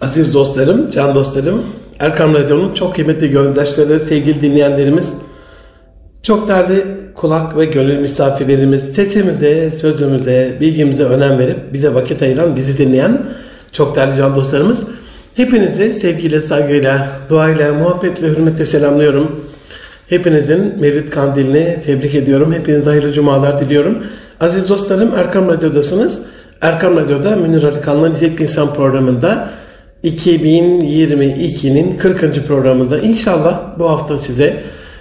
Aziz dostlarım, can dostlarım, Erkam Radyo'nun çok kıymetli gönüldaşları, sevgili dinleyenlerimiz, çok değerli kulak ve gönül misafirlerimiz, sesimize, sözümüze, bilgimize önem verip bize vakit ayıran, bizi dinleyen çok değerli can dostlarımız, hepinizi sevgiyle, saygıyla, duayla, muhabbetle, hürmetle selamlıyorum. Hepinizin Mevlid Kandilini tebrik ediyorum. Hepinize hayırlı cumalar diliyorum. Aziz dostlarım, Erkam Radyo'dasınız. Erkam Radyo'da Münir Arıkan'la Nitelikli İnsan programında 2022'nin 40. programında inşallah bu hafta size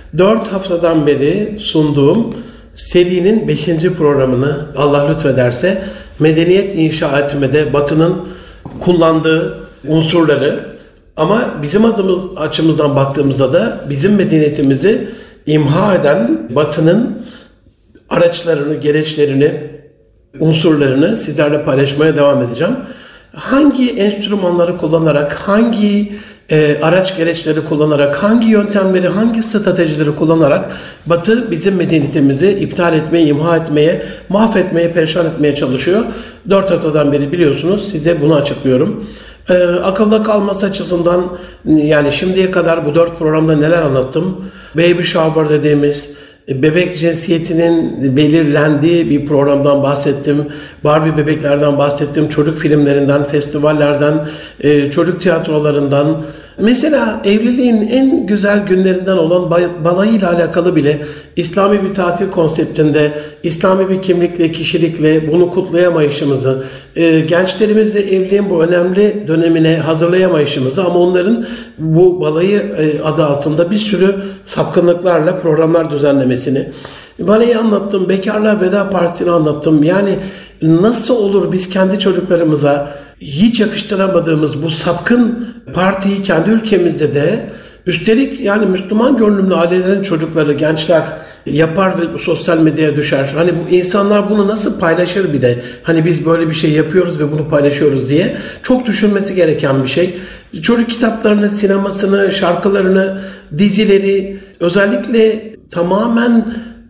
4 haftadan beri sunduğum serinin 5. programını Allah lütfederse medeniyet inşa etmede Batı'nın kullandığı unsurları ama bizim açımızdan baktığımızda da bizim medeniyetimizi imha eden Batı'nın araçlarını, gereçlerini, unsurlarını sizlerle paylaşmaya devam edeceğim. Hangi enstrümanları kullanarak, hangi araç gereçleri kullanarak, hangi yöntemleri, hangi stratejileri kullanarak Batı bizim medeniyetimizi iptal etmeye, imha etmeye, mahvetmeye, perişan etmeye çalışıyor. 4 haftadan beri biliyorsunuz size bunu açıklıyorum. Akılda kalması açısından yani şimdiye kadar bu 4 programda neler anlattım? Baby shower dediğimiz bebek cinsiyetinin belirlendiği bir programdan bahsettim. Barbie bebeklerden bahsettim. Çocuk filmlerinden, festivallerden, çocuk tiyatrolarından. Mesela evliliğin en güzel günlerinden olan balayıyla alakalı bile İslami bir tatil konseptinde, İslami bir kimlikle, kişilikle bunu kutlayamayışımızı, gençlerimizle evliliğin bu önemli dönemine hazırlayamayışımızı ama onların bu balayı adı altında bir sürü sapkınlıklarla programlar düzenlemesini, balayı anlattım, bekarlığa veda partisini anlattım. Yani nasıl olur biz kendi çocuklarımıza hiç yakıştıramadığımız bu sapkın partiyi kendi ülkemizde de üstelik yani Müslüman görünümlü ailelerin çocukları, gençler yapar ve sosyal medyaya düşer. Hani bu insanlar bunu nasıl paylaşır bir de hani biz böyle bir şey yapıyoruz ve bunu paylaşıyoruz diye çok düşünmesi gereken bir şey. Çocuk kitaplarını, sinemasını, şarkılarını, dizileri özellikle tamamen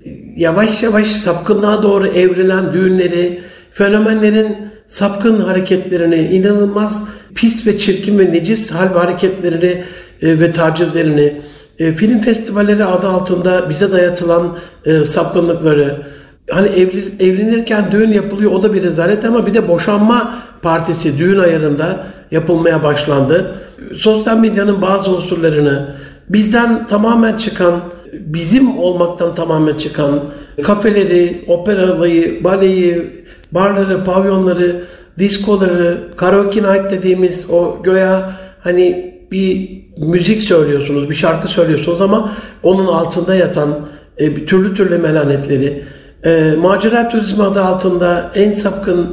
yavaş yavaş sapkınlığa doğru evrilen düğünleri, fenomenlerin sapkın hareketlerini, inanılmaz pis ve çirkin ve necis hal ve hareketlerini ve tacizlerini, film festivalleri adı altında bize dayatılan sapkınlıkları, hani evlenirken düğün yapılıyor, o da bir rezalet ama bir de boşanma partisi düğün ayarında yapılmaya başlandı. Sosyal medyanın bazı unsurlarını bizden tamamen çıkan, bizim olmaktan tamamen çıkan kafeleri, operalayı, baleyi, barları, pavyonları, diskoları, karaoke night dediğimiz o göya hani bir müzik söylüyorsunuz, bir şarkı söylüyorsunuz ama onun altında yatan türlü türlü melanetleri, macera turizmi adı altında en sapkın,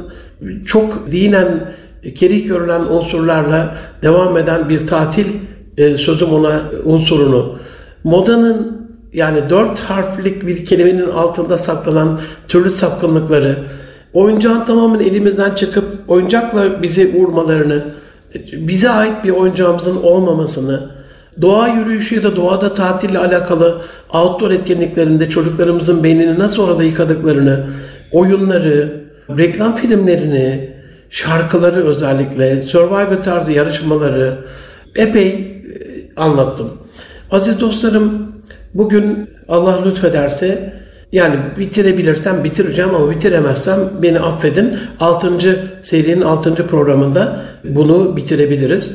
çok dinen kerih görülen unsurlarla devam eden bir tatil sözüm ona unsurunu, modanın yani 4 harflik bir kelimenin altında saklanan türlü sapkınlıkları, oyuncağın tamamen elimizden çıkıp oyuncakla bizi vurmalarını, bize ait bir oyuncağımızın olmamasını, doğa yürüyüşü ya da doğada tatille alakalı outdoor etkinliklerinde çocuklarımızın beynini nasıl orada yıkadıklarını, oyunları, reklam filmlerini, şarkıları özellikle, Survivor tarzı yarışmaları epey anlattım. Aziz dostlarım, bugün Allah lütfederse yani bitirebilirsem bitireceğim ama bitiremezsem beni affedin. 6. serinin 6. programında bunu bitirebiliriz.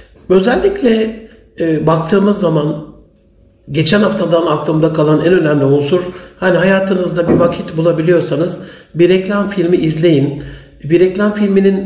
Özellikle baktığımız zaman geçen haftadan aklımda kalan en önemli unsur, hani hayatınızda bir vakit bulabiliyorsanız bir reklam filmi izleyin. Bir reklam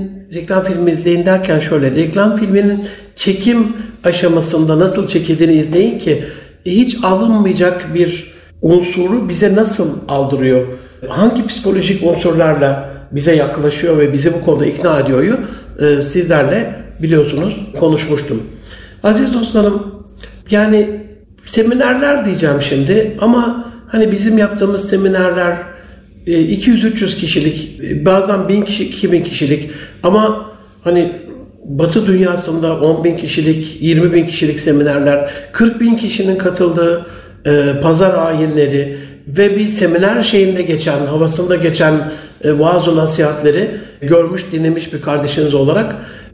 filmi izleyin derken şöyle, reklam filminin çekim aşamasında nasıl çekildiğini izleyin ki hiç alınmayacak bir unsuru bize nasıl aldırıyor, hangi psikolojik unsurlarla bize yaklaşıyor ve bizi bu konuda ikna ediyor sizlerle biliyorsunuz konuşmuştum. Aziz dostlarım, yani seminerler diyeceğim şimdi ama hani bizim yaptığımız seminerler 200-300 kişilik, bazen 1000 kişi, 2000 kişilik ama hani Batı dünyasında 10.000 kişilik, 20.000 kişilik seminerler, 40.000 kişinin katıldığı pazar ayinleri ve bir seminer şeyinde geçen, havasında geçen vaaz-ı nasihatleri görmüş, dinlemiş bir kardeşiniz olarak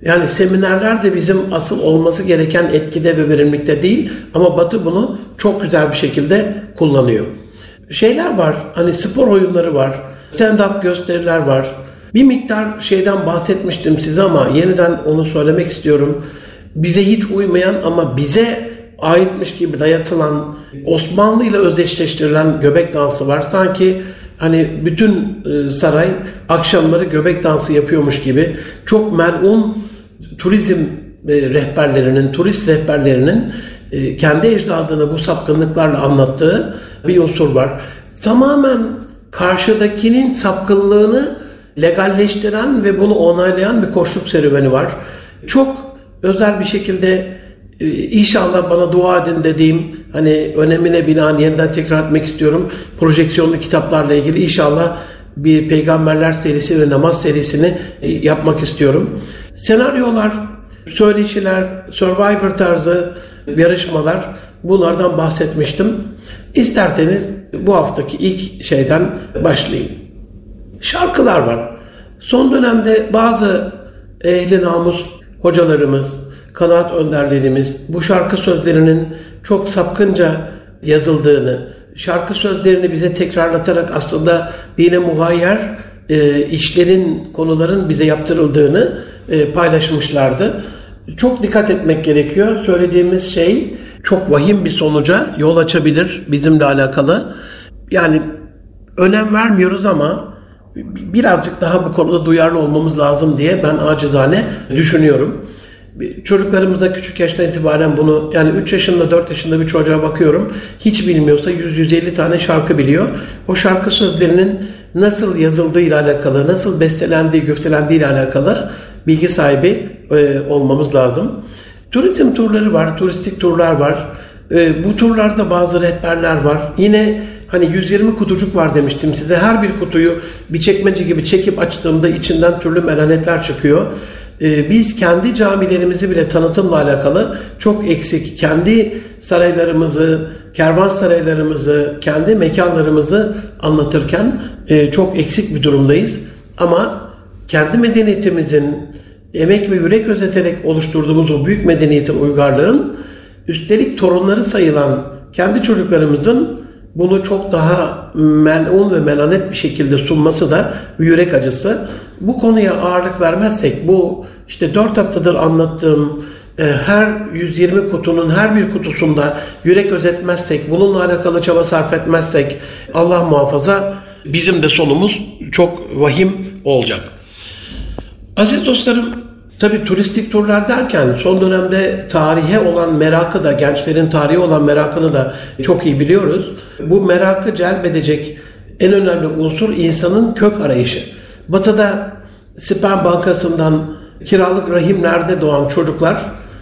Yani seminerler de bizim asıl olması gereken etkide ve verimlilikte değil ama Batı bunu çok güzel bir şekilde kullanıyor. Şeyler var, hani spor oyunları var, stand-up gösteriler var. Bir miktar şeyden bahsetmiştim size ama yeniden onu söylemek istiyorum. Bize hiç uymayan ama bize aitmiş gibi dayatılan, Osmanlı ile özdeşleştirilen göbek dansı var. Sanki hani bütün saray akşamları göbek dansı yapıyormuş gibi. Çok melun turizm rehberlerinin, turist rehberlerinin kendi ecdadını bu sapkınlıklarla anlattığı bir unsur var. Tamamen karşıdakinin sapkınlığını legalleştiren ve bunu onaylayan bir koçluk serüveni var. Çok özel bir şekilde inşallah bana dua edin dediğim, hani önemine binaen yeniden tekrar etmek istiyorum. Projeksiyonlu kitaplarla ilgili inşallah bir peygamberler serisi ve namaz serisini yapmak istiyorum. Senaryolar, söyleşiler, Survivor tarzı yarışmalar, bunlardan bahsetmiştim. İsterseniz bu haftaki ilk şeyden başlayayım. Şarkılar var. Son dönemde bazı ehli namus hocalarımız, kanaat önderlerimiz bu şarkı sözlerinin çok sapkınca yazıldığını, şarkı sözlerini bize tekrarlatarak aslında dine muhayyer işlerin, konuların bize yaptırıldığını paylaşmışlardı. Çok dikkat etmek gerekiyor. Söylediğimiz şey çok vahim bir sonuca yol açabilir bizimle alakalı. Yani önem vermiyoruz ama birazcık daha bu konuda duyarlı olmamız lazım diye ben acizane düşünüyorum. Çocuklarımıza küçük yaştan itibaren bunu, yani 3 yaşında 4 yaşında bir çocuğa bakıyorum, hiç bilmiyorsa 100-150 tane şarkı biliyor. O şarkı sözlerinin nasıl yazıldığıyla alakalı, nasıl bestelendiği, güftelendiğiyle alakalı bilgi sahibi olmamız lazım. Turizm turları var, turistik turlar var. Bu turlarda bazı rehberler var. Yine hani 120 kutucuk var demiştim size. Her bir kutuyu bir çekmece gibi çekip açtığımda içinden türlü melanetler çıkıyor. Biz kendi camilerimizi bile tanıtımla alakalı çok eksik. Kendi saraylarımızı, kervansaraylarımızı, kendi mekanlarımızı anlatırken çok eksik bir durumdayız. Ama kendi medeniyetimizin emek ve yürek özeterek oluşturduğumuz o büyük medeniyetin, uygarlığın, üstelik torunları sayılan kendi çocuklarımızın bunu çok daha melun ve melanet bir şekilde sunması da bir yürek acısı. Bu konuya ağırlık vermezsek, bu işte 4 haftadır anlattığım her 120 kutunun her bir kutusunda yürek özetmezsek, bununla alakalı çaba sarf etmezsek Allah muhafaza bizim de sonumuz çok vahim olacak. Aziz dostlarım, tabii turistik turlar derken son dönemde tarihe olan merakı da, gençlerin tarihe olan merakını da çok iyi biliyoruz. Bu merakı celbedecek en önemli unsur insanın kök arayışı. Batı'da sperm bankasından kiralık rahimlerde doğan çocuklar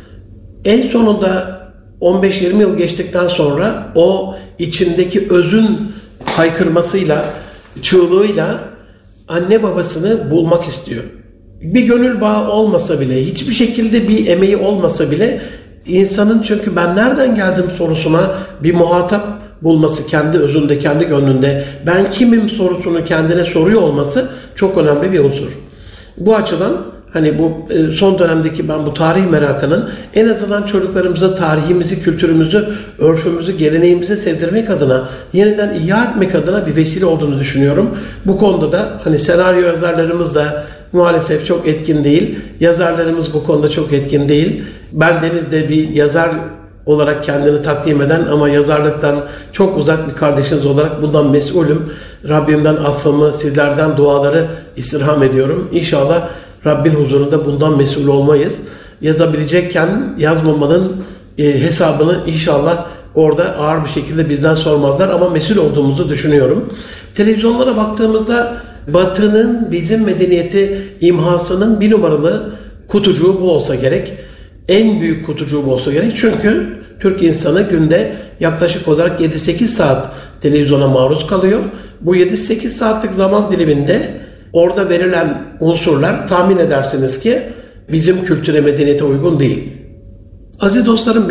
en sonunda 15-20 yıl geçtikten sonra o içindeki özün haykırmasıyla, çığlığıyla anne babasını bulmak istiyor. Bir gönül bağı olmasa bile, hiçbir şekilde bir emeği olmasa bile insanın, çünkü ben nereden geldim sorusuna bir muhatap bulması, kendi özünde, kendi gönlünde ben kimim sorusunu kendine soruyor olması çok önemli bir unsur. Bu açıdan hani bu son dönemdeki ben bu tarih merakının en azından çocuklarımıza tarihimizi, kültürümüzü, örfümüzü, geleneğimizi sevdirmek adına, yeniden ihya etmek adına bir vesile olduğunu düşünüyorum. Bu konuda da hani senaryo yazarlarımız da maalesef çok etkin değil. Yazarlarımız bu konuda çok etkin değil. Ben Deniz de bir yazar olarak kendini takdim eden ama yazarlıktan çok uzak bir kardeşiniz olarak bundan mesulüm. Rabbimden affımı, sizlerden duaları istirham ediyorum. İnşallah Rabbin huzurunda bundan mesul olmayız. Yazabilecekken yazmamanın hesabını inşallah orada ağır bir şekilde bizden sormazlar ama mesul olduğumuzu düşünüyorum. Televizyonlara baktığımızda Batı'nın bizim medeniyeti imhasının bir numaralı kutucuğu bu olsa gerek. En büyük kutucuğu bu olsa gerek. Çünkü Türk insanı günde yaklaşık olarak 7-8 saat televizyona maruz kalıyor. Bu 7-8 saatlik zaman diliminde orada verilen unsurlar tahmin edersiniz ki bizim kültüre, medeniyete uygun değil. Aziz dostlarım,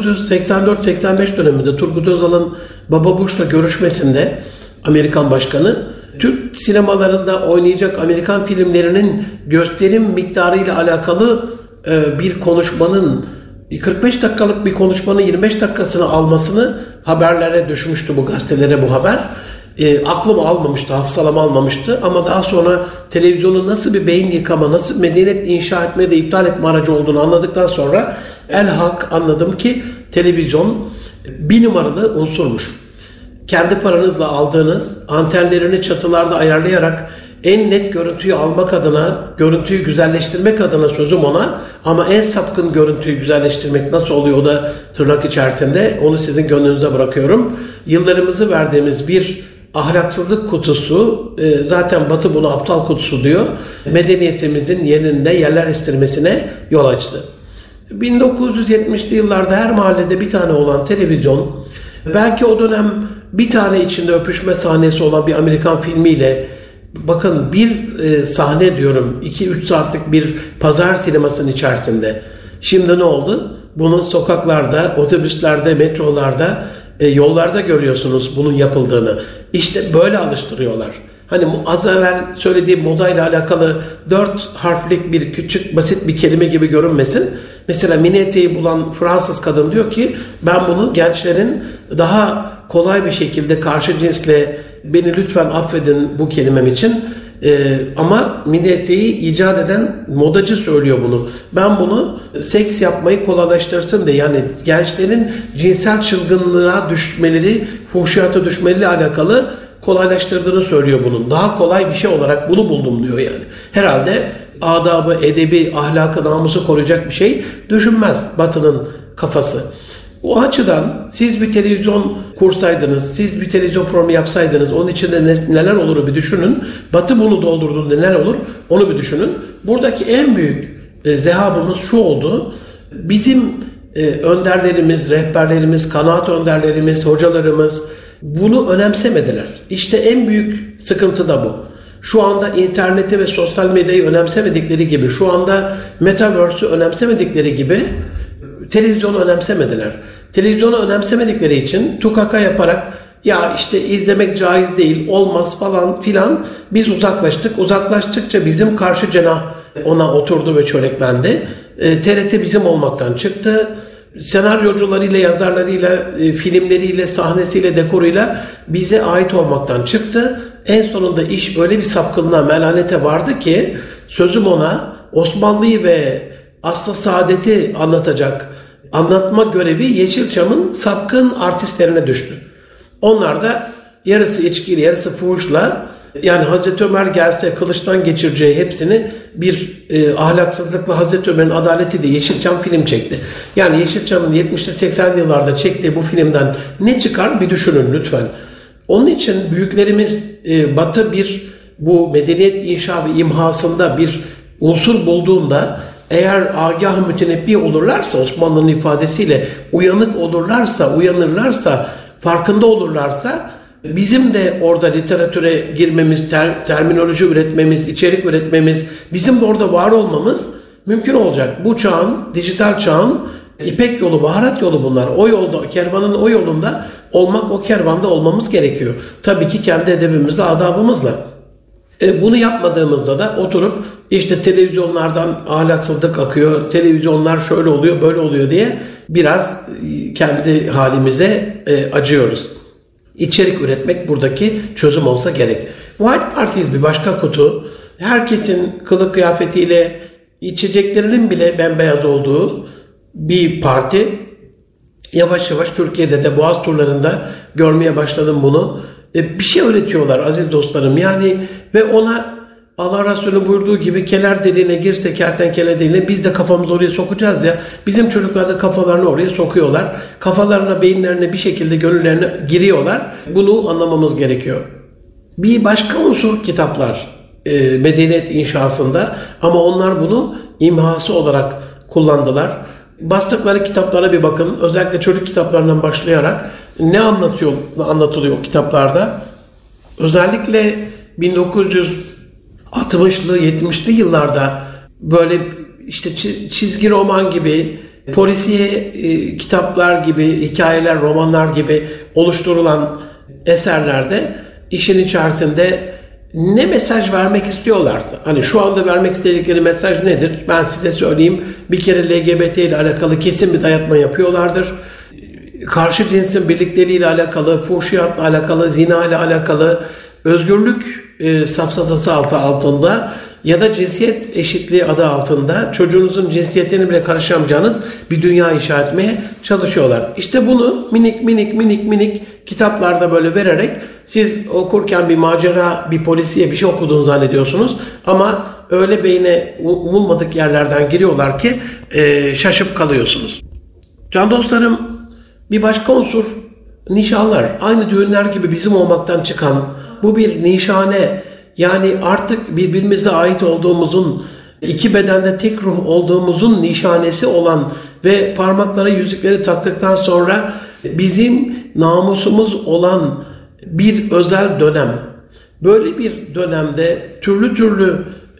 1984-85 döneminde Turgut Özal'ın Baba Bush'la görüşmesinde Amerikan Başkanı Türk sinemalarında oynayacak Amerikan filmlerinin gösterim miktarıyla alakalı bir konuşmanın 45 dakikalık bir konuşmanın 25 dakikasını almasını haberlere düşmüştü, bu gazetelere bu haber. Aklım almamıştı, hafızalam almamıştı ama daha sonra televizyonun nasıl bir beyin yıkama, nasıl medeniyet inşa etme de iptal etme aracı olduğunu anladıktan sonra elhak anladım ki televizyon bir numaralı unsurmuş. Kendi paranızla aldığınız antenlerini çatılarda ayarlayarak en net görüntüyü almak adına, görüntüyü güzelleştirmek adına sözüm ona, ama en sapkın görüntüyü güzelleştirmek nasıl oluyor o da tırnak içerisinde, onu sizin gönlünüze bırakıyorum. Yıllarımızı verdiğimiz bir ahlaksızlık kutusu, zaten Batı bunu aptal kutusu diyor, medeniyetimizin yerinde yerler istirmesine yol açtı. 1970'li yıllarda her mahallede bir tane olan televizyon, belki o dönem bir tane içinde öpüşme sahnesi olan bir Amerikan filmiyle, bakın bir sahne diyorum 2-3 saatlik bir pazar sinemasının içerisinde. Şimdi ne oldu? Bunu sokaklarda, otobüslerde, metrolarda, yollarda görüyorsunuz bunun yapıldığını. İşte böyle alıştırıyorlar. Hani az evvel söylediğim modayla alakalı 4 harflik bir küçük basit bir kelime gibi görünmesin. Mesela mini eteği bulan Fransız kadın diyor ki ben bunu gençlerin daha kolay bir şekilde karşı cinsle, beni lütfen affedin bu kelimem için, ama mini eteği icat eden modacı söylüyor bunu. Ben bunu seks yapmayı kolaylaştırsın diye, yani gençlerin cinsel çılgınlığa düşmeleri, fuhşiyata düşmeleriyle alakalı kolaylaştırdığını söylüyor bunun. Daha kolay bir şey olarak bunu buldum diyor yani. Herhalde adabı, edebi, ahlakı, namusu koruyacak bir şey düşünmez Batı'nın kafası. O açıdan siz bir televizyon kursaydınız, siz bir televizyon programı yapsaydınız, onun içinde neler olur bir düşünün. Batı bunu doldurduğunda neler olur onu bir düşünün. Buradaki en büyük zehabımız şu oldu. Bizim önderlerimiz, rehberlerimiz, kanaat önderlerimiz, hocalarımız bunu önemsemediler. İşte en büyük sıkıntı da bu. Şu anda interneti ve sosyal medyayı önemsemedikleri gibi, şu anda metaverse'ü önemsemedikleri gibi televizyonu önemsemediler. Televizyonu önemsemedikleri için tukaka yaparak ya işte izlemek caiz değil, olmaz falan filan biz uzaklaştık. Uzaklaştıkça bizim karşı cenah ona oturdu ve çöreklendi. TRT bizim olmaktan çıktı. Senaryocularıyla, yazarlarıyla, filmleriyle, sahnesiyle, dekoruyla bize ait olmaktan çıktı. En sonunda iş öyle bir sapkınlığa, melanete vardı ki sözüm ona Osmanlı'yı ve aslı saadeti anlatma görevi Yeşilçam'ın sapkın artistlerine düştü. Onlar da yarısı içkiyle, yarısı fuhuşla, yani Hazreti Ömer gelse kılıçtan geçireceği hepsini bir ahlaksızlıkla Hazreti Ömer'in adaleti de Yeşilçam film çekti. Yani Yeşilçam'ın 70'li 80'li yıllarda çektiği bu filmden ne çıkar bir düşünün lütfen. Onun için büyüklerimiz Batı bu medeniyet inşa ve imhasında bir unsur bulduğunda, eğer agah mütenebbi olurlarsa, Osmanlı'nın ifadesiyle uyanırlarsa, farkında olurlarsa, bizim de orada literatüre girmemiz, terminoloji üretmemiz, içerik üretmemiz, bizim de orada var olmamız mümkün olacak. Bu çağın, dijital çağın İpek yolu, baharat yolu bunlar. O yolda, kervanın o yolunda olmak, o kervanda olmamız gerekiyor. Tabii ki kendi edebimizle, adabımızla. Bunu yapmadığımızda da oturup işte televizyonlardan ahlaksızlık akıyor, televizyonlar şöyle oluyor, böyle oluyor diye biraz kendi halimize acıyoruz. İçerik üretmek buradaki çözüm olsa gerek. White Party'yiz bir başka kutu. Herkesin kılık kıyafetiyle, içeceklerinin bile bembeyaz olduğu bir parti. Yavaş yavaş Türkiye'de de Boğaz turlarında görmeye başladım bunu. Bir şey öğretiyorlar aziz dostlarım. Yani ve ona Allah Resulü buyurduğu gibi keler deliğine girse kertenkele deliğine biz de kafamızı oraya sokacağız ya. Bizim çocuklar da kafalarını oraya sokuyorlar. Kafalarına, beyinlerine bir şekilde gönüllerine giriyorlar. Bunu anlamamız gerekiyor. Bir başka unsur kitaplar medeniyet inşasında, ama onlar bunu imhası olarak kullandılar. Bastıkları kitaplara bir bakın. Özellikle çocuk kitaplarından başlayarak ne anlatılıyor o kitaplarda. Özellikle 1960'lı 70'li yıllarda böyle işte çizgi roman gibi, polisiye kitaplar gibi, hikayeler, romanlar gibi oluşturulan eserlerde işin içerisinde ne mesaj vermek istiyorlarsa, hani şu anda vermek istedikleri mesaj nedir? Ben size söyleyeyim. Bir kere LGBT ile alakalı kesin bir dayatma yapıyorlardır. Karşı cinsin birlikteliği ile alakalı, fuhşiyatla alakalı, zina ile alakalı, özgürlük safsatası altında ya da cinsiyet eşitliği adı altında çocuğunuzun cinsiyetini bile karışamayacağınız bir dünya inşa etmeye çalışıyorlar. İşte bunu minik kitaplarda böyle vererek siz okurken bir macera, bir polisiye bir şey okuduğunu zannediyorsunuz ama öyle beyne umulmadık yerlerden giriyorlar ki şaşıp kalıyorsunuz. Can dostlarım, bir başka unsur nişanlar. Aynı düğünler gibi bizim olmaktan çıkan bu bir nişane, yani artık birbirimize ait olduğumuzun, iki bedende tek ruh olduğumuzun nişanesi olan ve parmaklara yüzükleri taktıktan sonra bizim namusumuz olan bir özel dönem. Böyle bir dönemde türlü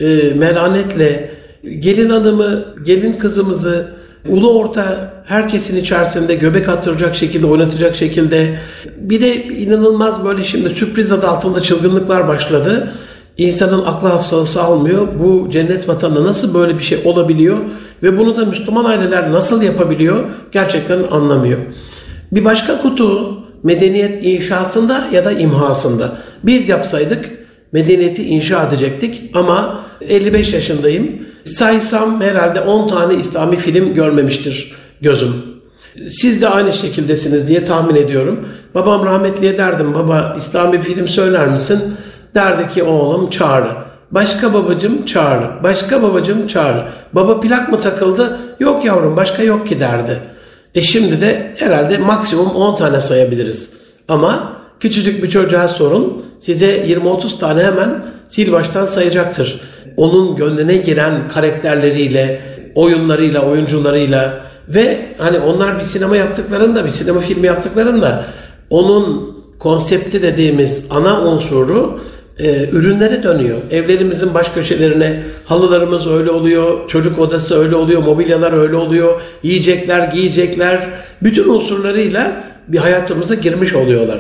melanetle gelin hanımı, gelin kızımızı ulu orta herkesin içerisinde göbek attıracak şekilde, oynatacak şekilde, bir de inanılmaz böyle şimdi sürpriz adı altında çılgınlıklar başladı. İnsanın aklı hafızası almıyor. Bu cennet vatanında nasıl böyle bir şey olabiliyor ve bunu da Müslüman aileler nasıl yapabiliyor gerçekten anlamıyor. Bir başka kutu medeniyet inşasında ya da imhasında. Biz yapsaydık medeniyeti inşa edecektik ama 55 yaşındayım. Saysam herhalde 10 tane İslami film görmemiştir gözüm. Siz de aynı şekildesiniz diye tahmin ediyorum. Babam rahmetliye derdim, baba İslami bir film söyler misin? Derdi ki oğlum Çağrı. Başka babacığım Çağrı. Başka babacığım Çağrı. Baba plak mı takıldı? Yok yavrum başka yok ki derdi. Şimdi de herhalde maksimum 10 tane sayabiliriz. Ama küçücük bir çocuğa sorun, size 20-30 tane hemen sil baştan sayacaktır. Onun gönlüne giren karakterleriyle, oyunlarıyla, oyuncularıyla ve hani onlar bir sinema yaptıklarında, bir sinema filmi yaptıklarında onun konsepti dediğimiz ana unsuru ürünlere dönüyor. Evlerimizin baş köşelerine halılarımız öyle oluyor, çocuk odası öyle oluyor, mobilyalar öyle oluyor, yiyecekler, giyecekler, bütün unsurlarıyla bir hayatımıza girmiş oluyorlar.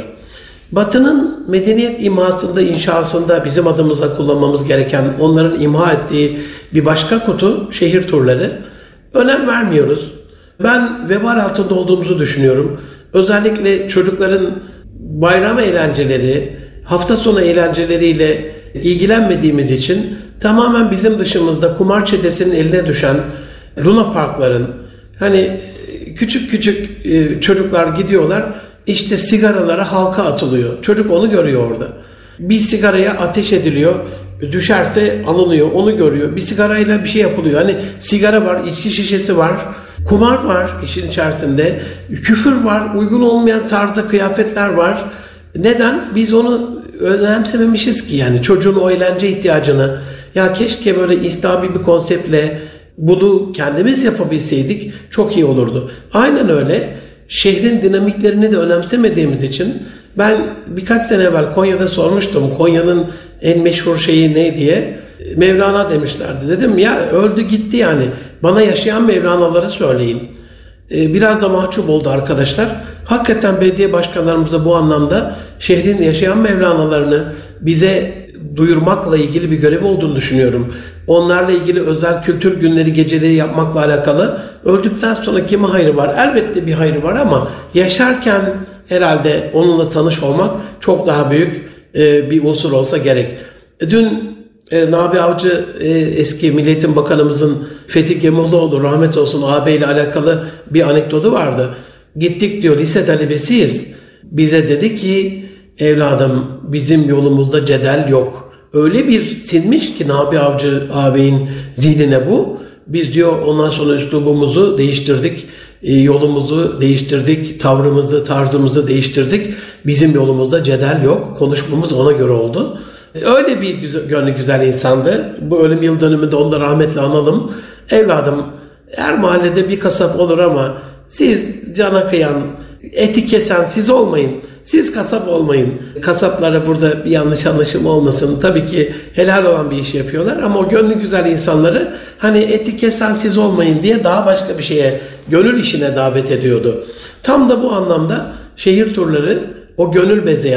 Batı'nın medeniyet imhasında, inşasında bizim adımıza kullanmamız gereken, onların imha ettiği bir başka kutu şehir turları. Önem vermiyoruz. Ben vebal altında olduğumuzu düşünüyorum. Özellikle çocukların bayram eğlenceleri, hafta sonu eğlenceleriyle ilgilenmediğimiz için tamamen bizim dışımızda kumar çetesinin eline düşen Luna Parkların, hani küçük çocuklar gidiyorlar, işte sigaralara halka atılıyor. Çocuk onu görüyor orada. Bir sigaraya ateş ediliyor, düşerse alınıyor, onu görüyor. Bir sigarayla bir şey yapılıyor. Hani sigara var, içki şişesi var, kumar var işin içerisinde, küfür var, uygun olmayan tarzda kıyafetler var. Neden? Biz onu önemsememişiz ki, yani çocuğun o eğlence ihtiyacını. Ya keşke böyle İslami bir konseptle bunu kendimiz yapabilseydik çok iyi olurdu. Aynen öyle. Şehrin dinamiklerini de önemsemediğimiz için ben birkaç sene evvel Konya'da sormuştum. Konya'nın en meşhur şeyi ne diye. Mevlana demişlerdi. Dedim ya öldü gitti yani. Bana yaşayan Mevlana'ları söyleyin. Biraz da mahcup oldu arkadaşlar. Hakikaten belediye başkanlarımıza bu anlamda şehrin yaşayan Mevlana'larını bize duyurmakla ilgili bir görev olduğunu düşünüyorum. Onlarla ilgili özel kültür günleri, geceleri yapmakla alakalı. Öldükten sonra kime hayrı var? Elbette bir hayrı var ama yaşarken herhalde onunla tanış olmak çok daha büyük bir unsur olsa gerek. Dün Nabi Avcı eski Milli Eğitim Bakanımızın Fethi Gemuzoğlu rahmet olsun ağabeyle alakalı bir anekdotu vardı. Gittik diyor, lise talebesiyiz. Bize dedi ki evladım bizim yolumuzda cedel yok. Öyle bir sinmiş ki Nabi Avcı ağabeyin zihnine bu. Biz diyor ondan sonra üslubumuzu değiştirdik. Yolumuzu değiştirdik. Tavrımızı, tarzımızı değiştirdik. Bizim yolumuzda cedel yok. Konuşmamız ona göre oldu. Öyle bir gönlü güzel insandı. Bu ölüm yıl dönümünde onu da rahmetle analım. Evladım her mahallede bir kasap olur ama siz cana kıyan, eti kesen siz olmayın. Siz kasap olmayın. Kasaplara burada bir yanlış anlaşılma olmasın. Tabii ki helal olan bir iş yapıyorlar ama o gönlü güzel insanları hani eti kesen siz olmayın diye daha başka bir şeye, gönül işine davet ediyordu. Tam da bu anlamda şehir turları o gönül bezeyen,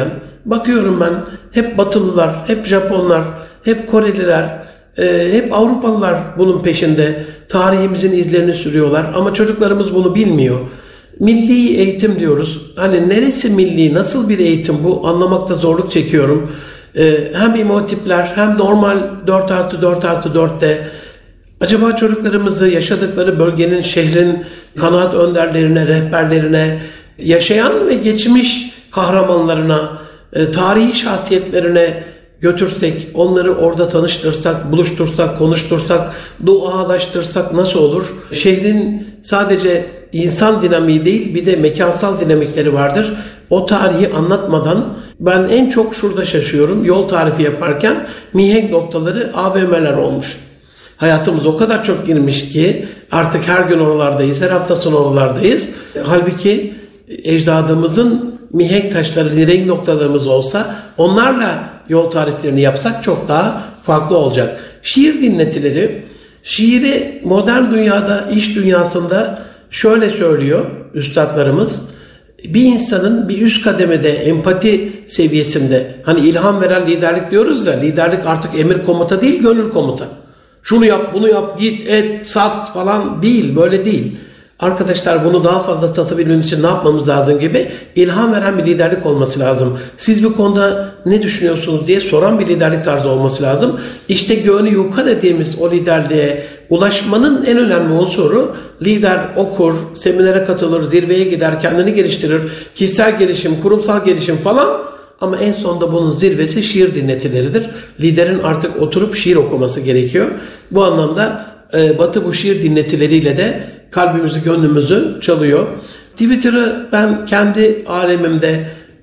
bakıyorum ben hep Batılılar, hep Japonlar, hep Koreliler, hep Avrupalılar bunun peşinde. Tarihimizin izlerini sürüyorlar ama çocuklarımız bunu bilmiyor. Milli eğitim diyoruz. Hani neresi milli, nasıl bir eğitim bu, anlamakta zorluk çekiyorum. Hem İmam Hatipler hem normal 4+4+4'te acaba çocuklarımızı yaşadıkları bölgenin, şehrin kanaat önderlerine, rehberlerine, yaşayan ve geçmiş kahramanlarına, tarihi şahsiyetlerine götürsek, onları orada tanıştırsak, buluştursak, konuştursak, dualaştırsak nasıl olur? Şehrin sadece insan dinamiği değil, bir de mekansal dinamikleri vardır. O tarihi anlatmadan ben en çok şurada şaşıyorum. Yol tarifi yaparken mihenk noktaları AVM'ler olmuş. Hayatımız o kadar çok girmiş ki artık her gün oralardayız, her hafta sonu oralardayız. Halbuki ecdadımızın mihenk taşları, nirenk noktalarımız olsa onlarla yol tariflerini yapsak çok daha farklı olacak. Şiir dinletileri, şiiri modern dünyada, iş dünyasında şöyle söylüyor üstadlarımız. Bir insanın bir üst kademede, empati seviyesinde, hani ilham veren liderlik diyoruz ya, liderlik artık emir komuta değil, gönül komuta. Şunu yap, bunu yap, git, et, sat falan değil, böyle değil. Arkadaşlar bunu daha fazla satabilmemiz için ne yapmamız lazım gibi ilham veren bir liderlik olması lazım. Siz bu konuda ne düşünüyorsunuz diye soran bir liderlik tarzı olması lazım. İşte gönlü yuka dediğimiz o liderliğe ulaşmanın en önemli unsuru lider okur, seminere katılır, zirveye gider, kendini geliştirir, kişisel gelişim, kurumsal gelişim falan. Ama en sonunda bunun zirvesi şiir dinletileridir. Liderin artık oturup şiir okuması gerekiyor. Bu anlamda Batı bu şiir dinletileriyle de kalbimizi, gönlümüzü çalıyor. Twitter'ı ben kendi alemimde,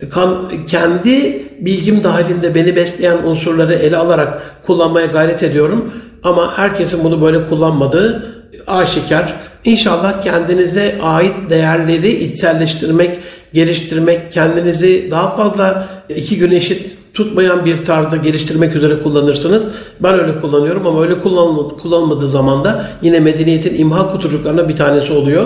kendi bilgim dahilinde beni besleyen unsurları ele alarak kullanmaya gayret ediyorum. Ama herkesin bunu böyle kullanmadığı aşikar. İnşallah kendinize ait değerleri içselleştirmek, geliştirmek, kendinizi daha fazla iki güne eşit tutmayan bir tarzda geliştirmek üzere kullanırsınız. Ben öyle kullanıyorum ama öyle kullanmadığı zaman da yine medeniyetin imha kutucuklarına bir tanesi oluyor.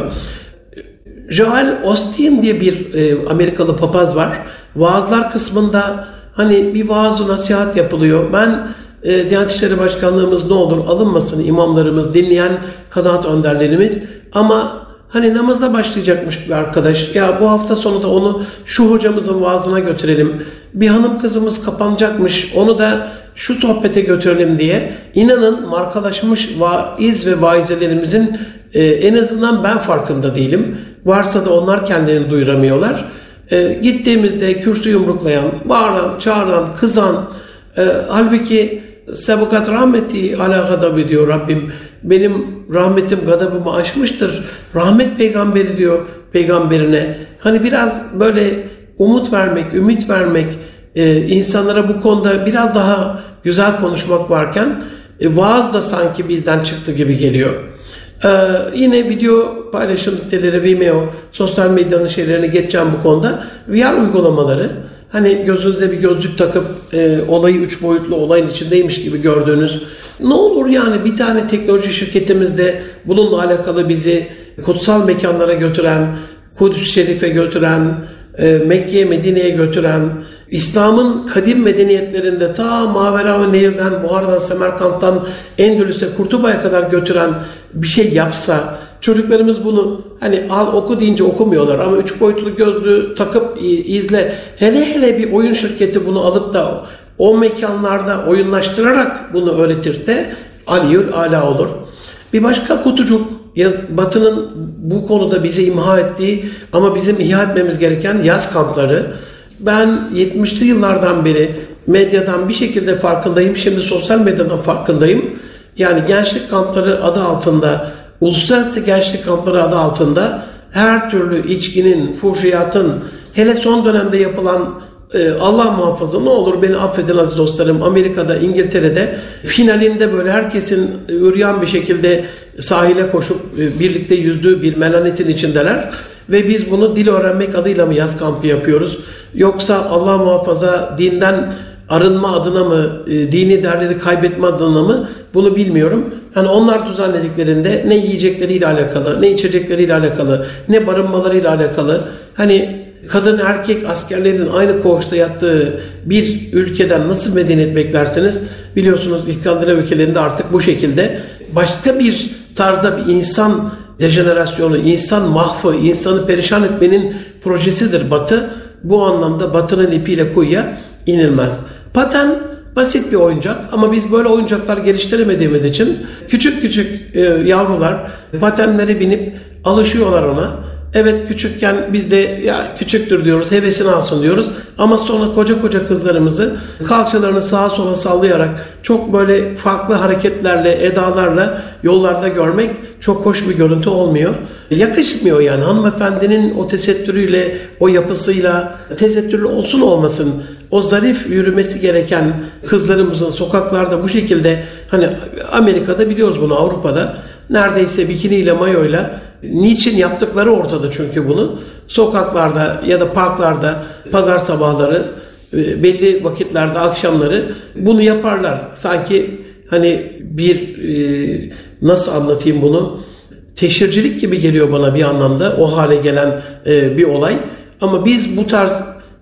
Joel Osteen diye bir Amerikalı papaz var. Vaazlar kısmında hani bir vaaz-ı nasihat yapılıyor. Ben Diyanet İşleri Başkanlığımız ne olur alınmasın, imamlarımız, dinleyen kanaat önderlerimiz, ama hani namaza başlayacakmış bir arkadaş, ya bu hafta sonu da onu şu hocamızın vaazına götürelim, bir hanım kızımız kapanacakmış, onu da şu sohbete götürelim diye, inanın markalaşmış vaiz ve vaizelerimizin en azından ben farkında değilim. Varsa da onlar kendilerini duyuramıyorlar. Gittiğimizde kürsü yumruklayan, bağıran, çağıran, kızan, halbuki sebukat rahmeti ala gadabi diyor Rabbim. Benim rahmetim gadabımı aşmıştır. Rahmet peygamberi diyor peygamberine. Hani biraz böyle umut vermek, ümit vermek, insanlara bu konuda biraz daha güzel konuşmak varken vaaz da sanki bizden çıktı gibi geliyor. Yine video paylaşım siteleri, Vimeo, sosyal medyanın şeylerine geçeceğim bu konuda. VR uygulamaları, hani gözünüze bir gözlük takıp olayı 3 boyutlu olayın içindeymiş gibi gördüğünüz, ne olur yani bir tane teknoloji şirketimizde bununla alakalı bizi kutsal mekanlara götüren, Kudüs-i Şerif'e götüren, Mekke'ye, Medine'ye götüren, İslam'ın kadim medeniyetlerinde ta Mavera-ı Nehir'den, Buhara'dan, Semerkant'tan, Endülüs'e, Kurtuba'ya kadar götüren bir şey yapsa, çocuklarımız bunu hani al oku deyince okumuyorlar ama 3 boyutlu gözlüğü takıp izle. Hele bir oyun şirketi bunu alıp da o mekanlarda oyunlaştırarak bunu öğretirse aliyül ala olur. Bir başka kutucuk, Batı'nın bu konuda bizi imha ettiği ama bizim ihya etmemiz gereken yaz kampları. Ben 70'li yıllardan beri medyadan bir şekilde farkındayım. Şimdi sosyal medyadan farkındayım. Yani gençlik kampları adı altında, uluslararası gençlik kampları adı altında her türlü içkinin, fuhşiyatın, hele son dönemde yapılan Allah muhafaza, ne olur beni affedin aziz dostlarım, Amerika'da, İngiltere'de finalinde böyle herkesin üryan bir şekilde sahile koşup birlikte yüzdüğü bir melanetin içindeler. Ve biz bunu dil öğrenmek adıyla mı yaz kampı yapıyoruz? Yoksa Allah muhafaza dinden arınma adına mı, dini değerleri kaybetme adına mı? Bunu bilmiyorum. Yani onlar düzenlediklerinde ne yiyecekleriyle alakalı, ne içecekleriyle alakalı, ne barınmalarıyla alakalı. Hani kadın erkek askerlerin aynı koğuşta yattığı bir ülkeden nasıl medeniyet beklersiniz? Biliyorsunuz İskandinav ülkelerinde artık bu şekilde başka bir tarzda bir insan dejenerasyonu, insan mahvı, insanı perişan etmenin projesidir Batı. Bu anlamda Batı'nın ipiyle kuyuya inilmez. Paten basit bir oyuncak ama biz böyle oyuncaklar geliştiremediğimiz için küçük küçük yavrular patenlere binip alışıyorlar ona. Evet, küçükken biz de ya küçüktür diyoruz, hevesini alsın diyoruz. Ama sonra koca koca kızlarımızı kalçalarını sağa sola sallayarak çok böyle farklı hareketlerle, edalarla yollarda görmek çok hoş bir görüntü olmuyor. Yakışmıyor yani hanımefendinin o tesettürüyle, o yapısıyla, tesettürlü olsun olmasın o zarif yürümesi gereken kızlarımızın sokaklarda bu şekilde, hani Amerika'da biliyoruz bunu, Avrupa'da neredeyse bikiniyle, mayoyla, niçin yaptıkları ortada çünkü bunu. Sokaklarda ya da parklarda pazar sabahları, belli vakitlerde akşamları bunu yaparlar. Sanki hani bir nasıl anlatayım bunu? Teşhircilik gibi geliyor bana bir anlamda o hale gelen bir olay. Ama biz bu tarz,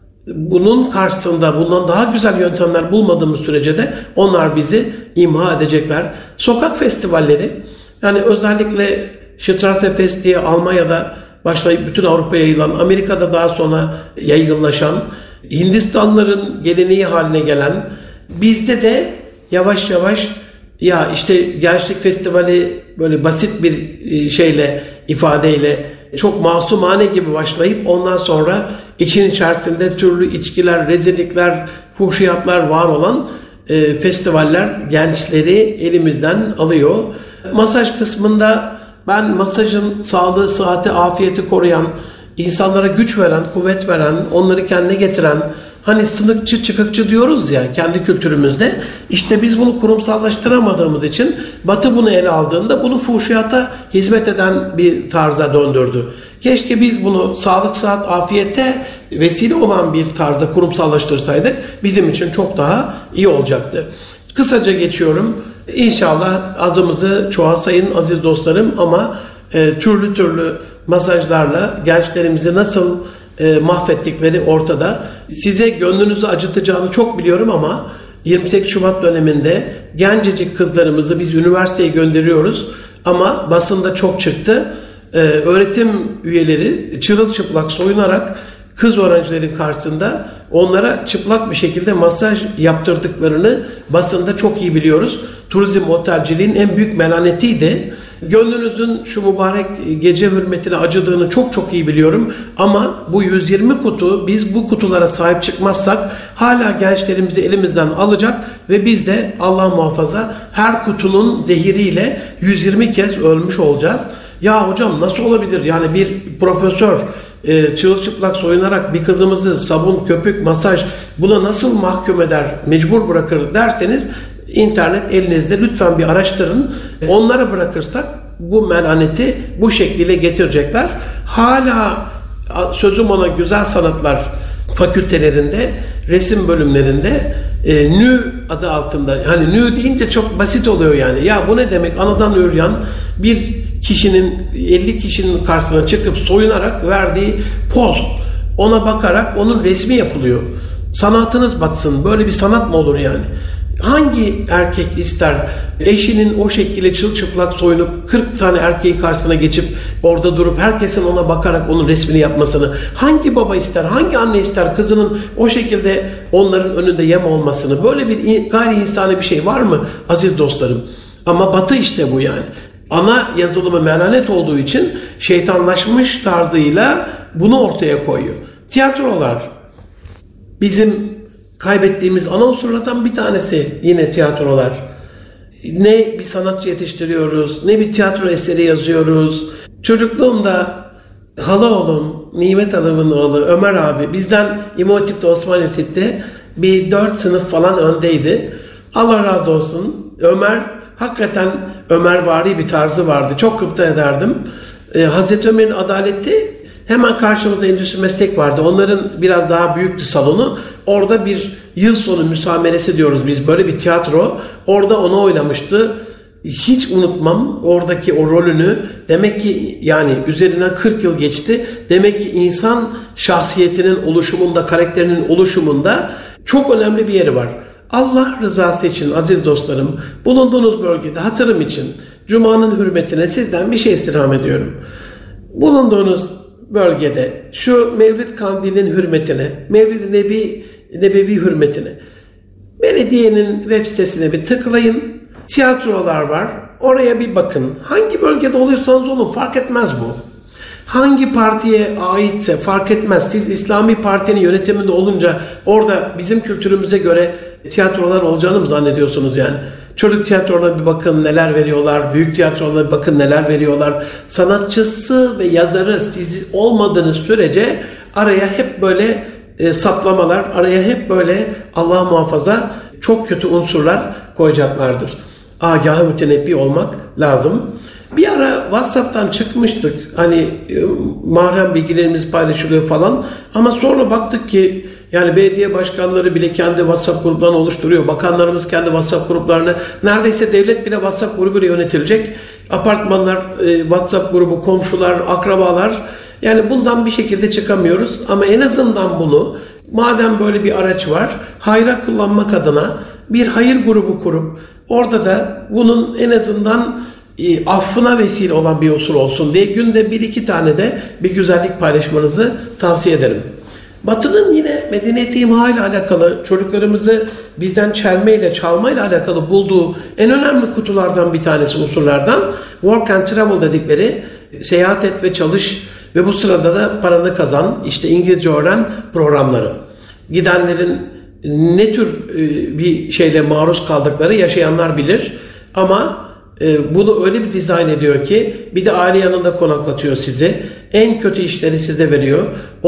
bunun karşısında bundan daha güzel yöntemler bulmadığımız sürece de onlar bizi imha edecekler. Sokak festivalleri, yani özellikle Straßefest diye Almanya'da başlayıp bütün Avrupa'ya yayılan, Amerika'da daha sonra yaygınlaşan, Hindistanlıların geleneği haline gelen, bizde de yavaş yavaş ya işte Gençlik Festivali böyle basit bir şeyle, ifadeyle çok masumane gibi başlayıp ondan sonra için içerisinde türlü içkiler, rezillikler, fuhşiyatlar var olan festivaller gençleri elimizden alıyor. Masaj kısmında ben masajın sağlığı, sıhhati, afiyeti koruyan, insanlara güç veren, kuvvet veren, onları kendine getiren, hani sınıkçı, çıkıkçı diyoruz ya kendi kültürümüzde. İşte biz bunu kurumsallaştıramadığımız için Batı bunu ele aldığında bunu fuhşiyata hizmet eden bir tarza döndürdü. Keşke biz bunu sağlık, sıhhat, afiyete vesile olan bir tarzda kurumsallaştırsaydık bizim için çok daha iyi olacaktı. Kısaca geçiyorum. İnşallah azımızı çoğalsayın aziz dostlarım ama türlü türlü masajlarla gençlerimizi nasıl mahvettikleri ortada. Size gönlünüzü acıtacağını çok biliyorum ama 28 Şubat döneminde gencecik kızlarımızı biz üniversiteye gönderiyoruz ama basında çok çıktı. Öğretim üyeleri çırılçıplak soyunarak kız öğrencilerin karşısında onlara çıplak bir şekilde masaj yaptırdıklarını basında çok iyi biliyoruz. Turizm otelciliğin en büyük melanetiydi. Gönlünüzün şu mübarek gece hürmetine acıdığını çok çok iyi biliyorum. Ama bu 120 kutu, biz bu kutulara sahip çıkmazsak hala gençlerimizi elimizden alacak ve biz de Allah muhafaza her kutunun zehiriyle 120 kez ölmüş olacağız. Ya hocam nasıl olabilir? Yani bir profesör çırılçıplak soyunarak bir kızımızı sabun, köpük, masaj buna nasıl mahkum eder, mecbur bırakır derseniz internet elinizde, lütfen bir araştırın. Onlara bırakırsak bu melaneti bu şekliyle getirecekler. Hala sözüm ona güzel sanatlar fakültelerinde, resim bölümlerinde nü adı altında, hani nü deyince çok basit oluyor yani. Ya bu ne demek? Anadan üryan bir kişinin 50 kişinin karşısına çıkıp soyunarak verdiği poz, ona bakarak onun resmi yapılıyor. Sanatınız batsın. Böyle bir sanat mı olur yani? Hangi erkek ister eşinin o şekilde çırılçıplak soyunup 40 tane erkeğin karşısına geçip orada durup herkesin ona bakarak onun resmini yapmasını? Hangi baba ister, hangi anne ister kızının o şekilde onların önünde yem olmasını? Böyle bir gayri insani bir şey var mı aziz dostlarım? Ama Batı işte bu yani. Ana yazılımı melanet olduğu için şeytanlaşmış tarzıyla bunu ortaya koyuyor. Tiyatrolar, bizim kaybettiğimiz ana unsurlardan bir tanesi yine tiyatrolar. Ne bir sanatçı yetiştiriyoruz, ne bir tiyatro eseri yazıyoruz. Çocukluğumda halaoğlum, Nimet Hanım'ın oğlu Ömer abi bizden İmam Hatip'te, Osmanlı Hatip'te bir 4 sınıf falan öndeydi. Allah razı olsun. Ömer hakikaten Ömervari bir tarzı vardı. Çok gıpta ederdim. Hazreti Ömer'in adaleti, hemen karşımızda Endüstri Meslek vardı. Onların biraz daha büyüktü salonu. Orada bir yıl sonu müsameresi diyoruz biz. Böyle bir tiyatro. Orada onu oynamıştı. hiç unutmam oradaki o rolünü. Demek ki yani üzerinden 40 yıl geçti. Demek ki insan şahsiyetinin oluşumunda, karakterinin oluşumunda çok önemli bir yeri var. Allah rızası için aziz dostlarım, bulunduğunuz bölgede hatırım için, Cuma'nın hürmetine sizden bir şey istirham ediyorum. Bulunduğunuz bölgede şu Mevlid Kandili'nin hürmetine, Mevlid-i Nebevi hürmetine belediyenin web sitesine bir tıklayın. Tiyatrolar var. Oraya bir bakın. Hangi bölgede oluyorsanız olun, fark etmez bu. Hangi partiye aitse fark etmez. Siz İslami Parti'nin yönetiminde olunca orada bizim kültürümüze göre tiyatrolar olacağını mı zannediyorsunuz yani? Çocuk tiyatrolarına bir bakın neler veriyorlar. Büyük tiyatrolarına bir bakın neler veriyorlar. Sanatçısı ve yazarı siz olmadığınız sürece araya hep böyle saplamalar, araya hep böyle Allah muhafaza çok kötü unsurlar koyacaklardır. Agah-ı mütenebbi olmak lazım. Bir ara WhatsApp'tan çıkmıştık. Hani mahrem bilgilerimiz paylaşılıyor falan. Ama sonra baktık ki yani belediye başkanları bile kendi WhatsApp gruplarını oluşturuyor. Bakanlarımız kendi WhatsApp gruplarını. Neredeyse devlet bile WhatsApp grubuyla yönetilecek. Apartmanlar, WhatsApp grubu, komşular, akrabalar. Yani bundan bir şekilde çıkamıyoruz. Ama en azından bunu madem böyle bir araç var, hayra kullanmak adına bir hayır grubu kurup orada da bunun en azından affına vesile olan bir unsur olsun diye günde 1-2 tane de bir güzellik paylaşmanızı tavsiye ederim. Batı'nın yine medeniyeti imha ile alakalı, çocuklarımızı bizden çelmeyle, çalmayla alakalı bulduğu en önemli kutulardan bir tanesi, unsurlardan work and travel dedikleri seyahat et ve çalış ve bu sırada da paranı kazan, işte İngilizce öğren programları. Gidenlerin ne tür bir şeyle maruz kaldıkları yaşayanlar bilir ama bunu öyle bir dizayn ediyor ki bir de aile yanında konaklatıyor sizi. En kötü işleri size veriyor.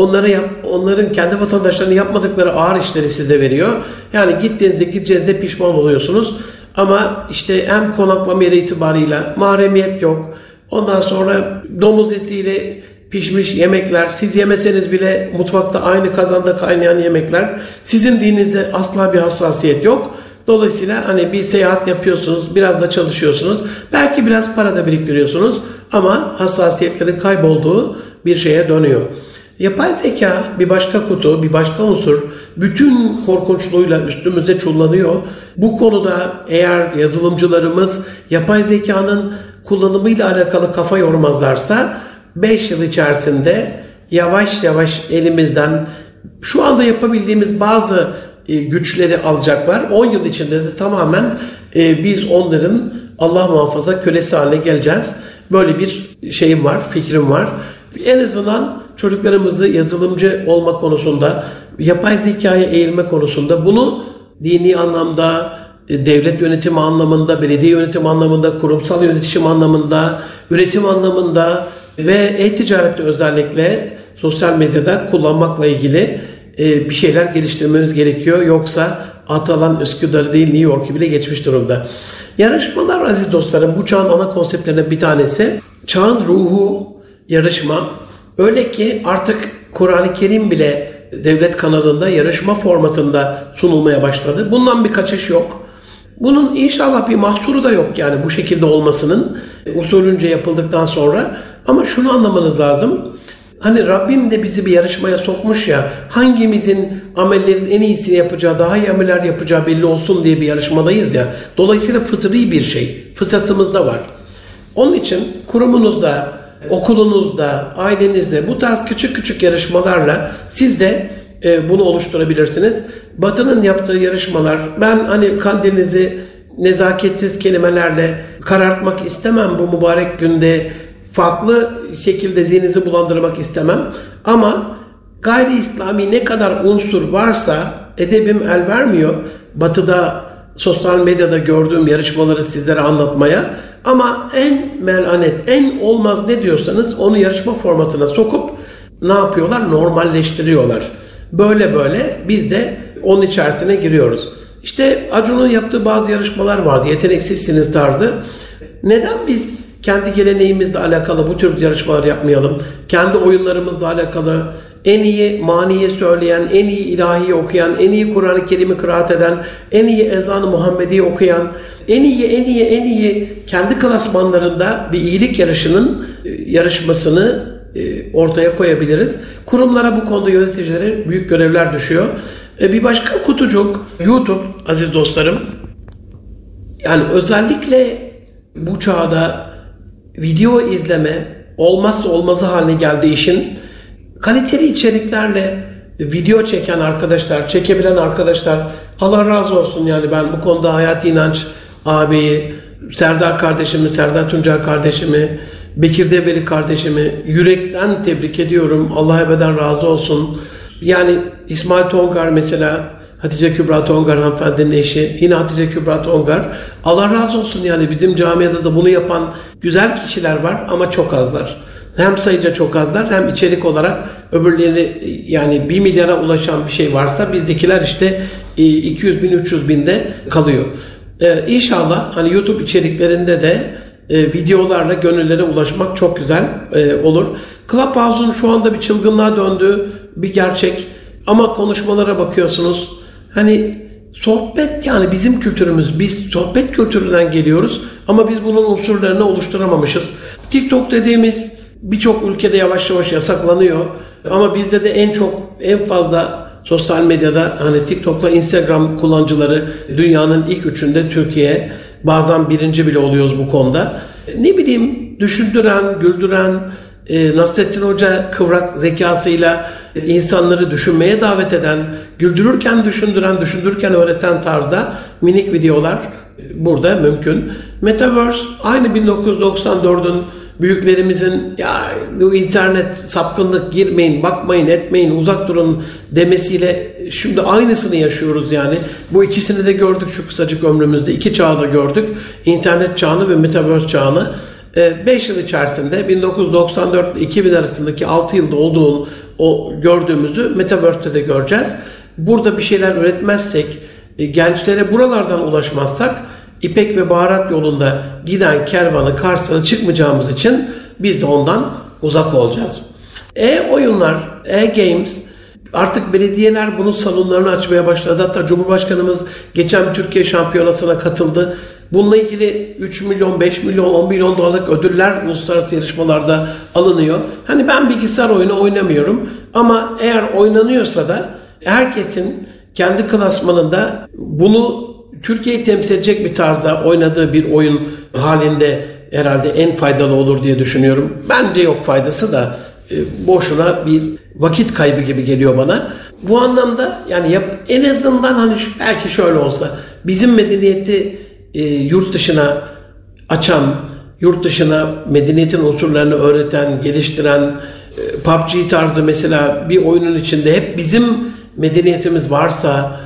Onların kendi vatandaşlarının yapmadıkları ağır işleri size veriyor. Yani gideceğinizde pişman oluyorsunuz. Ama işte hem konaklama yeri itibarıyla mahremiyet yok. Ondan sonra domuz etiyle pişmiş yemekler, siz yemeseniz bile mutfakta aynı kazanda kaynayan yemekler. Sizin dininize asla bir hassasiyet yok. Dolayısıyla hani bir seyahat yapıyorsunuz, biraz da çalışıyorsunuz. Belki biraz para da biriktiriyorsunuz ama hassasiyetlerin kaybolduğu bir şeye dönüyor. Yapay zeka bir başka kutu, bir başka unsur. Bütün korkunçluğuyla üstümüze çullanıyor. Bu konuda eğer yazılımcılarımız yapay zekanın kullanımıyla alakalı kafa yormazlarsa 5 yıl içerisinde yavaş yavaş elimizden şu anda yapabildiğimiz bazı güçleri alacaklar. 10 yıl içinde de tamamen biz onların Allah muhafaza kölesi haline geleceğiz. Böyle bir şeyim var, fikrim var. En azından çocuklarımızı yazılımcı olma konusunda, yapay zekaya eğilme konusunda bunu dini anlamda, devlet yönetimi anlamında, belediye yönetimi anlamında, kurumsal yönetişim anlamında, üretim anlamında ve e-ticarette özellikle sosyal medyada kullanmakla ilgili bir şeyler geliştirmemiz gerekiyor. Yoksa Atalan Üsküdar'ı değil New York'u bile geçmiş durumda. Yarışmalar aziz dostlarım bu çağın ana konseptlerinden bir tanesi. Çağın ruhu yarışma. Öyle ki artık Kur'an-ı Kerim bile devlet kanalında yarışma formatında sunulmaya başladı. Bundan bir kaçış yok. Bunun inşallah bir mahsuru da yok yani bu şekilde olmasının usulünce yapıldıktan sonra. Ama şunu anlamanız lazım. Hani Rabbim de bizi bir yarışmaya sokmuş ya, hangimizin amellerin en iyisini yapacağı, daha iyi ameller yapacağı belli olsun diye bir yarışmadayız ya. Dolayısıyla fıtri bir şey, fıtratımızda var. Onun için kurumunuzda, okulunuzda, ailenizde bu tarz küçük küçük yarışmalarla siz de bunu oluşturabilirsiniz. Batı'nın yaptığı yarışmalar, ben hani kandilinizi nezaketsiz kelimelerle karartmak istemem bu mübarek günde, farklı şekilde zihninizi bulandırmak istemem. Ama gayri İslami ne kadar unsur varsa edebim el vermiyor. Batı'da, sosyal medyada gördüğüm yarışmaları sizlere anlatmaya. Ama en melanet, en olmaz ne diyorsanız onu yarışma formatına sokup ne yapıyorlar? Normalleştiriyorlar. Böyle biz de onun içerisine giriyoruz. İşte Acun'un yaptığı bazı yarışmalar vardı. Yeteneksizsiniz tarzı. Neden biz kendi geleneğimizle alakalı bu tür yarışmalar yapmayalım? Kendi oyunlarımızla alakalı en iyi maniyi söyleyen, en iyi ilahiyi okuyan, en iyi Kur'an-ı Kerim'i kıraat eden, en iyi ezan-ı Muhammedi'yi okuyan, en iyi kendi klasmanlarında bir iyilik yarışmasını ortaya koyabiliriz. Kurumlara bu konuda yöneticilere büyük görevler düşüyor. Bir başka kutucuk YouTube aziz dostlarım. Yani özellikle bu çağda video izleme olmazsa olmazı haline geldiği işin kaliteli içeriklerle video çeken arkadaşlar, çekebilen arkadaşlar Allah razı olsun yani ben bu konuda Hayati İnanç abiyi, Serdar kardeşimi, Serdar Tuncer kardeşimi, Bekir Develi kardeşimi yürekten tebrik ediyorum. Allah ebeden razı olsun. Yani İsmail Tongar mesela, Hatice Kübra Tongar hanımefendinin eşi, yine Hatice Kübra Tongar. Allah razı olsun yani bizim camiada da bunu yapan güzel kişiler var ama çok azlar. Hem sayıca çok azlar hem içerik olarak öbürleri yani 1 milyara ulaşan bir şey varsa bizdekiler işte 200 bin 300 binde kalıyor. İnşallah hani YouTube içeriklerinde de videolarla gönüllere ulaşmak çok güzel olur. Clubhouse'un şu anda bir çılgınlığa döndüğü bir gerçek ama konuşmalara bakıyorsunuz. Hani sohbet yani bizim kültürümüz. Biz sohbet kültüründen geliyoruz ama biz bunun unsurlarını oluşturamamışız. TikTok dediğimiz birçok ülkede yavaş yavaş yasaklanıyor. Ama bizde de en fazla sosyal medyada hani TikTok'la Instagram kullanıcıları dünyanın ilk üçünde Türkiye. Bazen birinci bile oluyoruz bu konuda. Ne bileyim düşündüren, güldüren, Nasrettin Hoca kıvrak zekasıyla insanları düşünmeye davet eden, güldürürken düşündüren, düşündürürken öğreten tarzda minik videolar burada mümkün. Metaverse aynı 1994'ün büyüklerimizin ya bu internet sapkınlık girmeyin, bakmayın, etmeyin, uzak durun demesiyle şimdi aynısını yaşıyoruz yani. Bu ikisini de gördük şu kısacık ömrümüzde. 2 çağı da gördük. İnternet çağını ve Metaverse çağını. 5 yıl içerisinde 1994 ile 2000 arasındaki 6 yılda olduğu o gördüğümüzü Metaverse'te de göreceğiz. Burada bir şeyler üretmezsek, gençlere buralardan ulaşmazsak İpek ve baharat yolunda giden kervanı karşısına çıkmayacağımız için biz de ondan uzak olacağız. E-oyunlar, e-games artık belediyeler bunun salonlarını açmaya başladı. Hatta Cumhurbaşkanımız geçen Türkiye Şampiyonası'na katıldı. Bununla ilgili 3 milyon, 5 milyon, 10 milyon dolarlık ödüller uluslararası yarışmalarda alınıyor. Hani ben bilgisayar oyunu oynamıyorum ama eğer oynanıyorsa da herkesin kendi klasmanında bunu Türkiye'yi temsil edecek bir tarzda oynadığı bir oyun halinde herhalde en faydalı olur diye düşünüyorum. Bence yok faydası da boşuna bir vakit kaybı gibi geliyor bana. Bu anlamda yani en azından hani belki şöyle olsa bizim medeniyeti yurt dışına açan, yurt dışına medeniyetin unsurlarını öğreten, geliştiren PUBG tarzı mesela bir oyunun içinde hep bizim medeniyetimiz varsa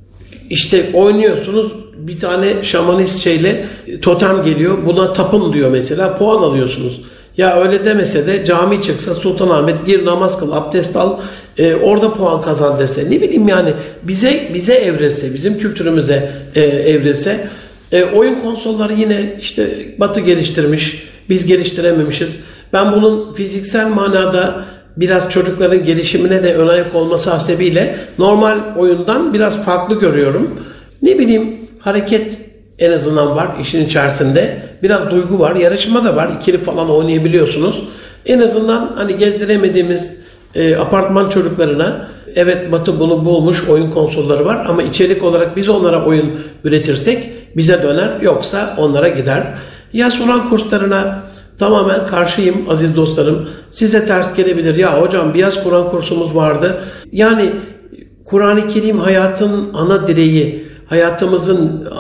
işte oynuyorsunuz bir tane şamanist totem geliyor buna tapın diyor mesela puan alıyorsunuz. Ya öyle demese de cami çıksa Sultanahmet gir namaz kıl abdest al orada puan kazan dese ne bileyim yani bize evrese bizim kültürümüze evrese oyun konsolları yine işte Batı geliştirmiş biz geliştirememişiz. Ben bunun fiziksel manada biraz çocukların gelişimine de ön ayak olması hasebiyle normal oyundan biraz farklı görüyorum. Ne bileyim hareket en azından var işin içerisinde. Biraz duygu var, yarışma da var. İkili falan oynayabiliyorsunuz. En azından hani gezdiremediğimiz apartman çocuklarına evet Batı bunu bulmuş oyun konsolları var ama içerik olarak biz onlara oyun üretirsek bize döner yoksa onlara gider. Yaz Kur'an kurslarına tamamen karşıyım aziz dostlarım. Size ters gelebilir. Ya hocam bir yaz Kur'an kursumuz vardı. Yani Kur'an-ı Kerim hayatın ana direği, hayatımızın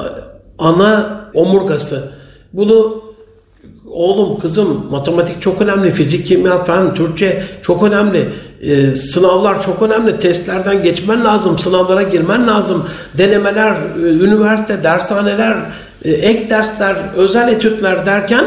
ana omurgası. Bunu oğlum, kızım matematik çok önemli, fizik, kimya, fen, Türkçe çok önemli. Sınavlar çok önemli. Testlerden geçmen lazım, sınavlara girmen lazım. Denemeler, üniversite, dershaneler, ek dersler, özel etütler derken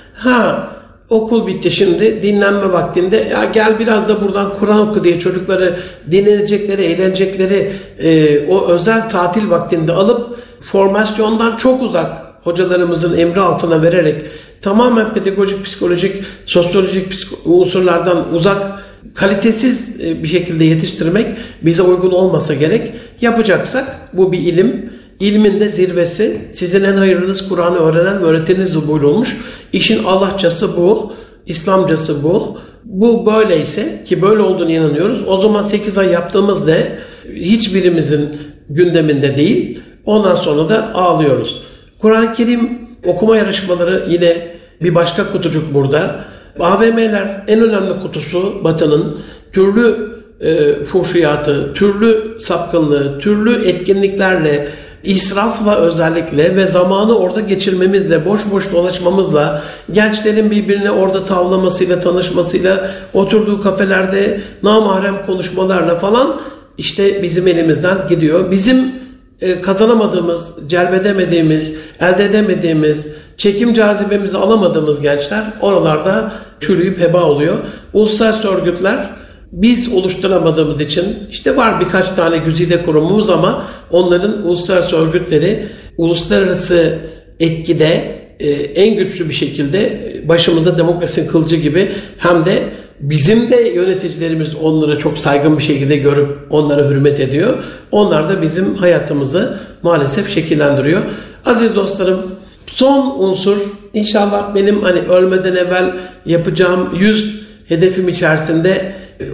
okul bitti şimdi dinlenme vaktinde ya gel biraz da buradan Kur'an oku diye çocukları dinlenecekleri, eğlenecekleri o özel tatil vaktinde alıp formasyondan çok uzak hocalarımızın emri altına vererek tamamen pedagojik, psikolojik, sosyolojik unsurlardan uzak kalitesiz bir şekilde yetiştirmek bize uygun olmasa gerek. Yapacaksak bu bir ilim. ilmin de zirvesi. Sizin en hayırlınız Kur'an'ı öğrenen ve öğreteniz buyurulmuş. İşin Allahçası bu, İslamcası bu. Bu böyleyse, ki böyle olduğunu inanıyoruz. O zaman 8 ay yaptığımız ne? Hiçbirimizin gündeminde değil. Ondan sonra da ağlıyoruz. Kur'an-ı Kerim okuma yarışmaları yine bir başka kutucuk burada. AVM'ler en önemli kutusu Batı'nın. Türlü fuhşiyatı, türlü sapkınlığı, türlü etkinliklerle, israfla özellikle ve zamanı orada geçirmemizle, boş boş dolaşmamızla, gençlerin birbirine orada tavlamasıyla, tanışmasıyla, oturduğu kafelerde namahrem konuşmalarla falan işte bizim elimizden gidiyor. Bizim kazanamadığımız, celbedemediğimiz, elde edemediğimiz, çekim cazibemizi alamadığımız gençler oralarda çürüyüp heba oluyor. Uluslararası örgütler biz oluşturamadığımız için işte var birkaç tane güzide kurumumuz ama onların uluslararası örgütleri uluslararası etkide en güçlü bir şekilde başımızda demokrasinin kılıcı gibi hem de bizim de yöneticilerimiz onları çok saygın bir şekilde görüp onlara hürmet ediyor. Onlar da bizim hayatımızı maalesef şekillendiriyor. Aziz dostlarım, son unsur inşallah benim hani ölmeden evvel yapacağım 100 hedefim içerisinde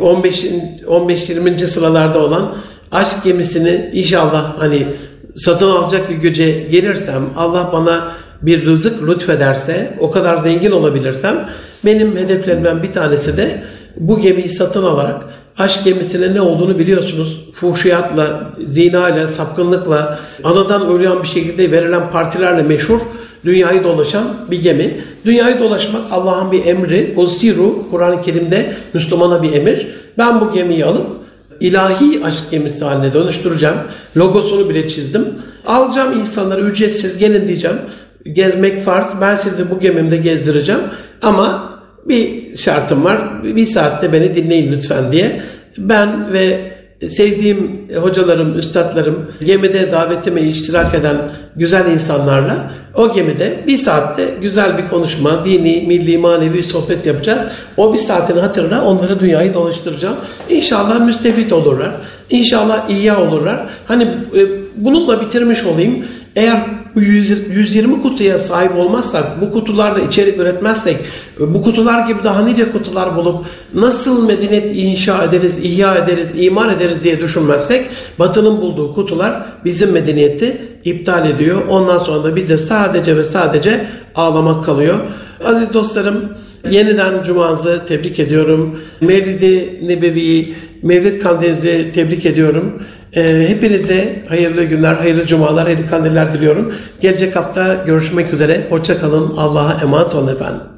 15-20. sıralarda olan aşk gemisini inşallah hani satın alacak bir güce gelirsem, Allah bana bir rızık lütfederse, o kadar zengin olabilirsem, benim hedeflerimden bir tanesi de bu gemiyi satın alarak aşk gemisinin ne olduğunu biliyorsunuz. Fuhşiyatla, zinayla, sapkınlıkla, anadan üryan bir şekilde verilen partilerle meşhur dünyayı dolaşan bir gemi. Dünyayı dolaşmak Allah'ın bir emri. Usiru Kur'an-ı Kerim'de Müslümana bir emir. Ben bu gemiyi alıp ilahi aşk gemisi haline dönüştüreceğim. Logosunu bile çizdim. Alacağım insanları ücretsiz gelin diyeceğim. Gezmek farz. Ben sizi bu gemimde gezdireceğim. Ama bir şartım var. Bir saatte beni dinleyin lütfen diye. Ben ve sevdiğim hocalarım, üstadlarım, gemide davetime iştirak eden güzel insanlarla o gemide bir saatte güzel bir konuşma, dini, milli, manevi sohbet yapacağız. O bir saatini hatırla, onları dünyayı dolaştıracağım. İnşallah müstefit olurlar. İnşallah ihya olurlar. Hani bununla bitirmiş olayım. Eğer bu 120 kutuya sahip olmazsak, bu kutularda içerik üretmezsek, bu kutular gibi daha nice kutular bulup nasıl medeniyet inşa ederiz, ihya ederiz, iman ederiz diye düşünmezsek, Batı'nın bulduğu kutular bizim medeniyeti iptal ediyor. Ondan sonra da bize sadece ve sadece ağlamak kalıyor. Aziz dostlarım, yeniden Cuma'nızı tebrik ediyorum. Mevlid-i Nebevi'yi, Mevlid Kandilinizi tebrik ediyorum. Hepinize hayırlı günler, hayırlı cumalar, hayırlı kandiller diliyorum. Gelecek hafta görüşmek üzere. Hoşça kalın. Allah'a emanet olun efendim.